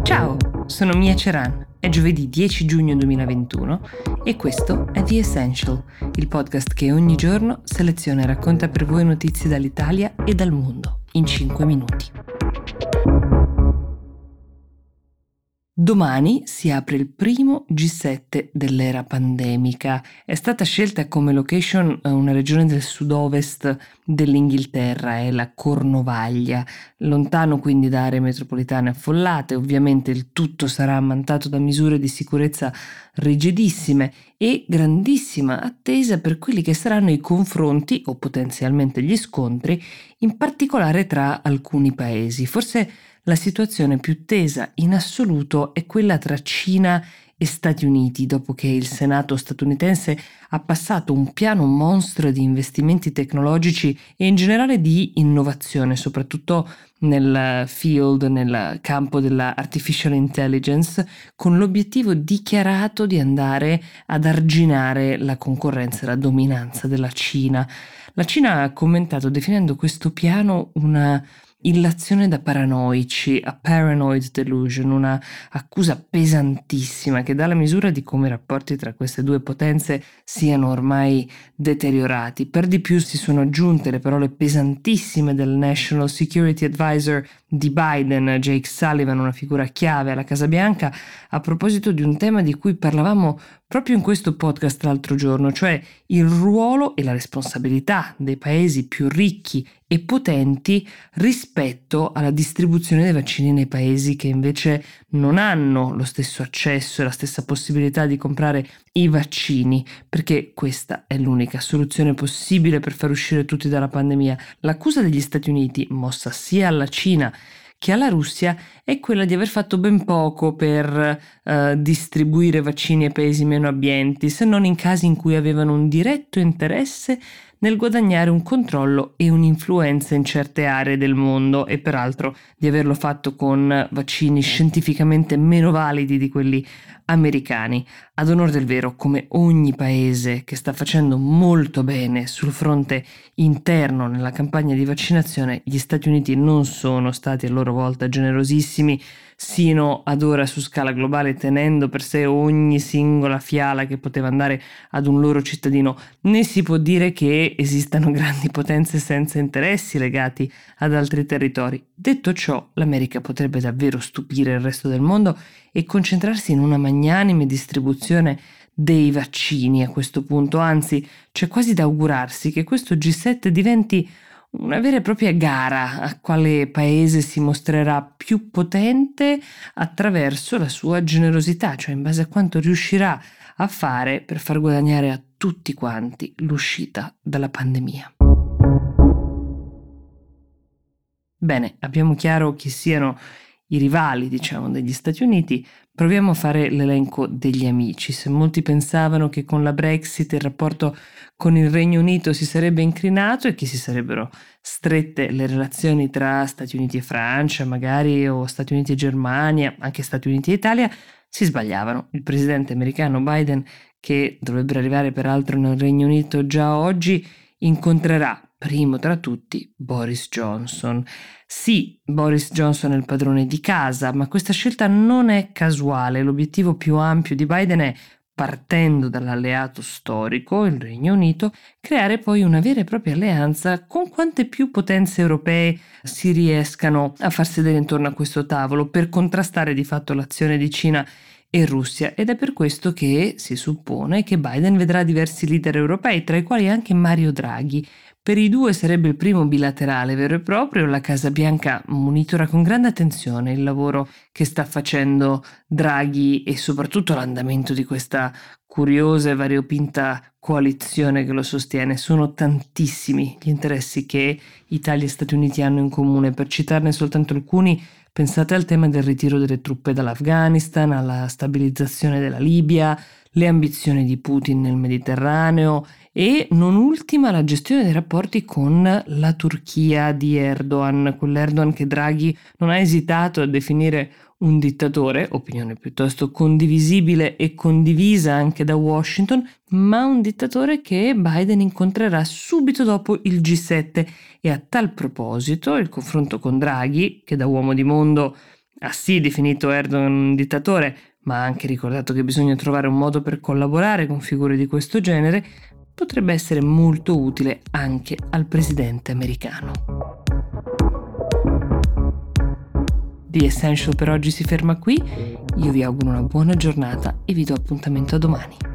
Ciao, sono Mia Ceran, è giovedì 10 giugno 2021 e questo è The Essential, il podcast che ogni giorno seleziona e racconta per voi notizie dall'Italia e dal mondo in 5 minuti. Domani si apre il primo G7 dell'era pandemica. È stata scelta come location una regione del sud-ovest dell'Inghilterra, è la Cornovaglia, lontano quindi da aree metropolitane affollate. Ovviamente il tutto sarà ammantato da misure di sicurezza rigidissime e grandissima attesa per quelli che saranno i confronti o potenzialmente gli scontri, in particolare tra alcuni paesi. Forse la situazione più tesa in assoluto è quella tra Cina e Stati Uniti, dopo che il Senato statunitense ha passato un piano mostro di investimenti tecnologici e in generale di innovazione, soprattutto nel field, nel campo della artificial intelligence, con l'obiettivo dichiarato di andare ad arginare la concorrenza e la dominanza della Cina. La Cina ha commentato definendo questo piano una illazione da paranoici, a paranoid delusion, una accusa pesantissima che dà la misura di come i rapporti tra queste due potenze siano ormai deteriorati. Per di più si sono aggiunte le parole pesantissime del National Security Advisor di Biden, Jake Sullivan, una figura chiave alla Casa Bianca, a proposito di un tema di cui parlavamo proprio in questo podcast l'altro giorno, cioè il ruolo e la responsabilità dei paesi più ricchi e potenti rispetto alla distribuzione dei vaccini nei paesi che invece non hanno lo stesso accesso e la stessa possibilità di comprare i vaccini, perché questa è l'unica soluzione possibile per far uscire tutti dalla pandemia. L'accusa degli Stati Uniti, mossa sia alla Cina che alla Russia, è quella di aver fatto ben poco per distribuire vaccini ai paesi meno abbienti, se non in casi in cui avevano un diretto interesse nel guadagnare un controllo e un'influenza in certe aree del mondo, e peraltro di averlo fatto con vaccini scientificamente meno validi di quelli americani. Ad onor del vero, come ogni paese che sta facendo molto bene sul fronte interno nella campagna di vaccinazione, gli Stati Uniti non sono stati a loro volta generosissimi sino ad ora su scala globale, tenendo per sé ogni singola fiala che poteva andare ad un loro cittadino. Né si può dire che esistano grandi potenze senza interessi legati ad altri territori. Detto ciò, l'America potrebbe davvero stupire il resto del mondo e concentrarsi in una magnanime distribuzione dei vaccini a questo punto. Anzi, c'è quasi da augurarsi che questo G7 diventi una vera e propria gara a quale paese si mostrerà più potente attraverso la sua generosità, cioè in base a quanto riuscirà a fare per far guadagnare a tutti quanti l'uscita dalla pandemia. Bene, abbiamo chiaro chi siano i rivali, degli Stati Uniti. Proviamo a fare l'elenco degli amici. Se molti pensavano che con la Brexit il rapporto con il Regno Unito si sarebbe incrinato e che si sarebbero strette le relazioni tra Stati Uniti e Francia, magari, o Stati Uniti e Germania, anche Stati Uniti e Italia, si sbagliavano. Il presidente americano Biden, che dovrebbe arrivare peraltro nel Regno Unito già oggi, incontrerà primo tra tutti Boris Johnson. Sì, Boris Johnson è il padrone di casa, ma questa scelta non è casuale. L'obiettivo più ampio di Biden è, partendo dall'alleato storico, il Regno Unito, creare poi una vera e propria alleanza con quante più potenze europee si riescano a far sedere intorno a questo tavolo per contrastare di fatto l'azione di Cina e Russia, ed è per questo che si suppone che Biden vedrà diversi leader europei, tra i quali anche Mario Draghi. Per i due sarebbe il primo bilaterale vero e proprio. La Casa Bianca monitora con grande attenzione il lavoro che sta facendo Draghi e soprattutto l'andamento di questa curiosa e variopinta coalizione che lo sostiene. Sono tantissimi gli interessi che Italia e Stati Uniti hanno in comune. Per citarne soltanto alcuni, pensate al tema del ritiro delle truppe dall'Afghanistan, alla stabilizzazione della Libia, le ambizioni di Putin nel Mediterraneo e, non ultima, la gestione dei rapporti con la Turchia di Erdogan, quell'Erdogan che Draghi non ha esitato a definire un dittatore, opinione piuttosto condivisibile e condivisa anche da Washington, ma un dittatore che Biden incontrerà subito dopo il G7. E a tal proposito il confronto con Draghi, che da uomo di mondo Ha sì definito Erdogan un dittatore, ma ha anche ricordato che bisogna trovare un modo per collaborare con figure di questo genere, potrebbe essere molto utile anche al presidente americano. The Essential per oggi si ferma qui, io vi auguro una buona giornata e vi do appuntamento a domani.